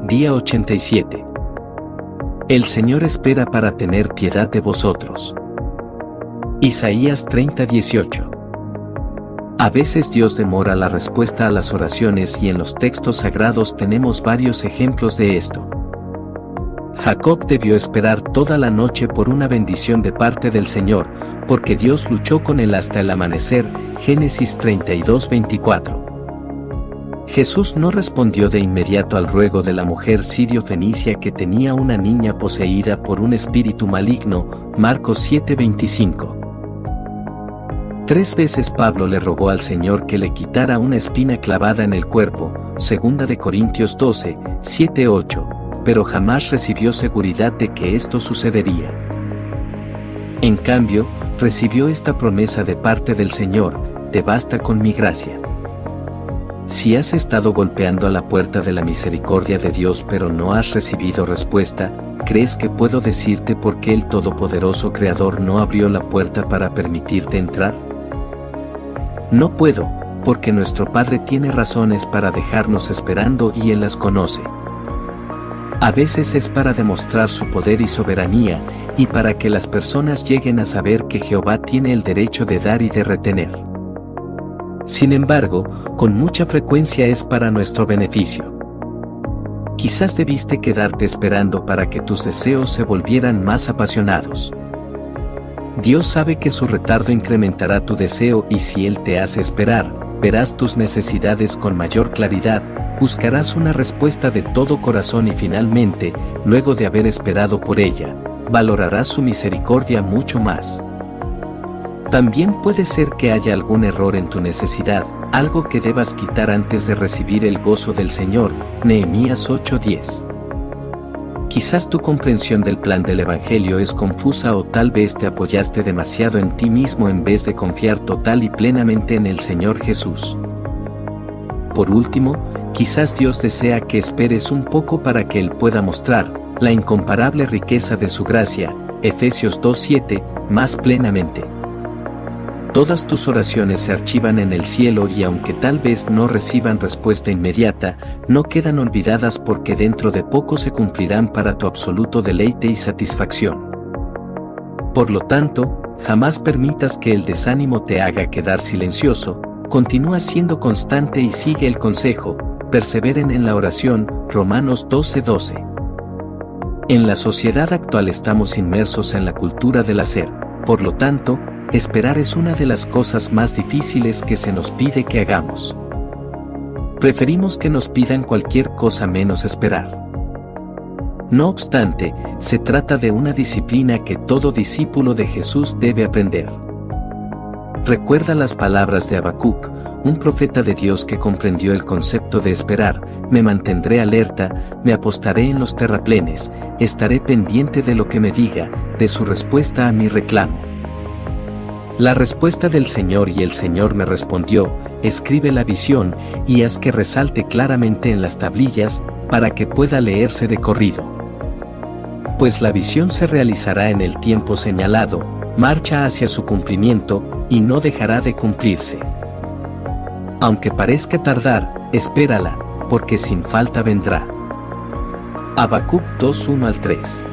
Día 87. El Señor espera para tener piedad de vosotros. Isaías 30:18. A veces Dios demora la respuesta a las oraciones y en los textos sagrados tenemos varios ejemplos de esto. Jacob debió esperar toda la noche por una bendición de parte del Señor, porque Dios luchó con él hasta el amanecer, Génesis 32:24. Jesús no respondió de inmediato al ruego de la mujer sirio-fenicia que tenía una niña poseída por un espíritu maligno, Marcos 7:25. 3 veces Pablo le rogó al Señor que le quitara una espina clavada en el cuerpo, 2 de Corintios 12, 7-8, pero jamás recibió seguridad de que esto sucedería. En cambio, recibió esta promesa de parte del Señor: te basta con mi gracia. Si has estado golpeando a la puerta de la misericordia de Dios pero no has recibido respuesta, ¿crees que puedo decirte por qué el Todopoderoso Creador no abrió la puerta para permitirte entrar? No puedo, porque nuestro Padre tiene razones para dejarnos esperando y Él las conoce. A veces es para demostrar su poder y soberanía, y para que las personas lleguen a saber que Jehová tiene el derecho de dar y de retener. Sin embargo, con mucha frecuencia es para nuestro beneficio. Quizás debiste quedarte esperando para que tus deseos se volvieran más apasionados. Dios sabe que su retardo incrementará tu deseo y si Él te hace esperar, verás tus necesidades con mayor claridad, buscarás una respuesta de todo corazón y finalmente, luego de haber esperado por ella, valorarás su misericordia mucho más. También puede ser que haya algún error en tu necesidad, algo que debas quitar antes de recibir el gozo del Señor, Nehemías 8:10. Quizás tu comprensión del plan del Evangelio es confusa o tal vez te apoyaste demasiado en ti mismo en vez de confiar total y plenamente en el Señor Jesús. Por último, quizás Dios desea que esperes un poco para que Él pueda mostrar la incomparable riqueza de su gracia, Efesios 2:7, más plenamente. Todas tus oraciones se archivan en el cielo y aunque tal vez no reciban respuesta inmediata, no quedan olvidadas porque dentro de poco se cumplirán para tu absoluto deleite y satisfacción. Por lo tanto, jamás permitas que el desánimo te haga quedar silencioso, continúa siendo constante y sigue el consejo, perseveren en la oración, Romanos 12:12. En la sociedad actual estamos inmersos en la cultura del hacer, por lo tanto, esperar es una de las cosas más difíciles que se nos pide que hagamos. Preferimos que nos pidan cualquier cosa menos esperar. No obstante, se trata de una disciplina que todo discípulo de Jesús debe aprender. Recuerda las palabras de Habacuc, un profeta de Dios que comprendió el concepto de esperar: me mantendré alerta, me apostaré en los terraplenes, estaré pendiente de lo que me diga, de su respuesta a mi reclamo. La respuesta del Señor y el Señor me respondió: escribe la visión y haz que resalte claramente en las tablillas, para que pueda leerse de corrido. Pues la visión se realizará en el tiempo señalado, marcha hacia su cumplimiento, y no dejará de cumplirse. Aunque parezca tardar, espérala, porque sin falta vendrá. Habacuc 2:1-3.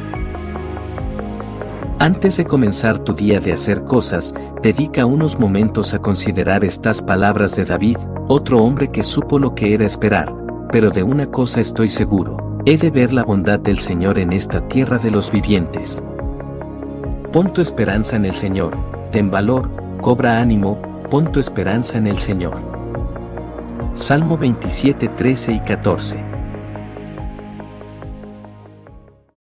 Antes de comenzar tu día de hacer cosas, dedica unos momentos a considerar estas palabras de David, otro hombre que supo lo que era esperar. Pero de una cosa estoy seguro: he de ver la bondad del Señor en esta tierra de los vivientes. Pon tu esperanza en el Señor, ten valor, cobra ánimo, pon tu esperanza en el Señor. Salmo 27:13 y 14.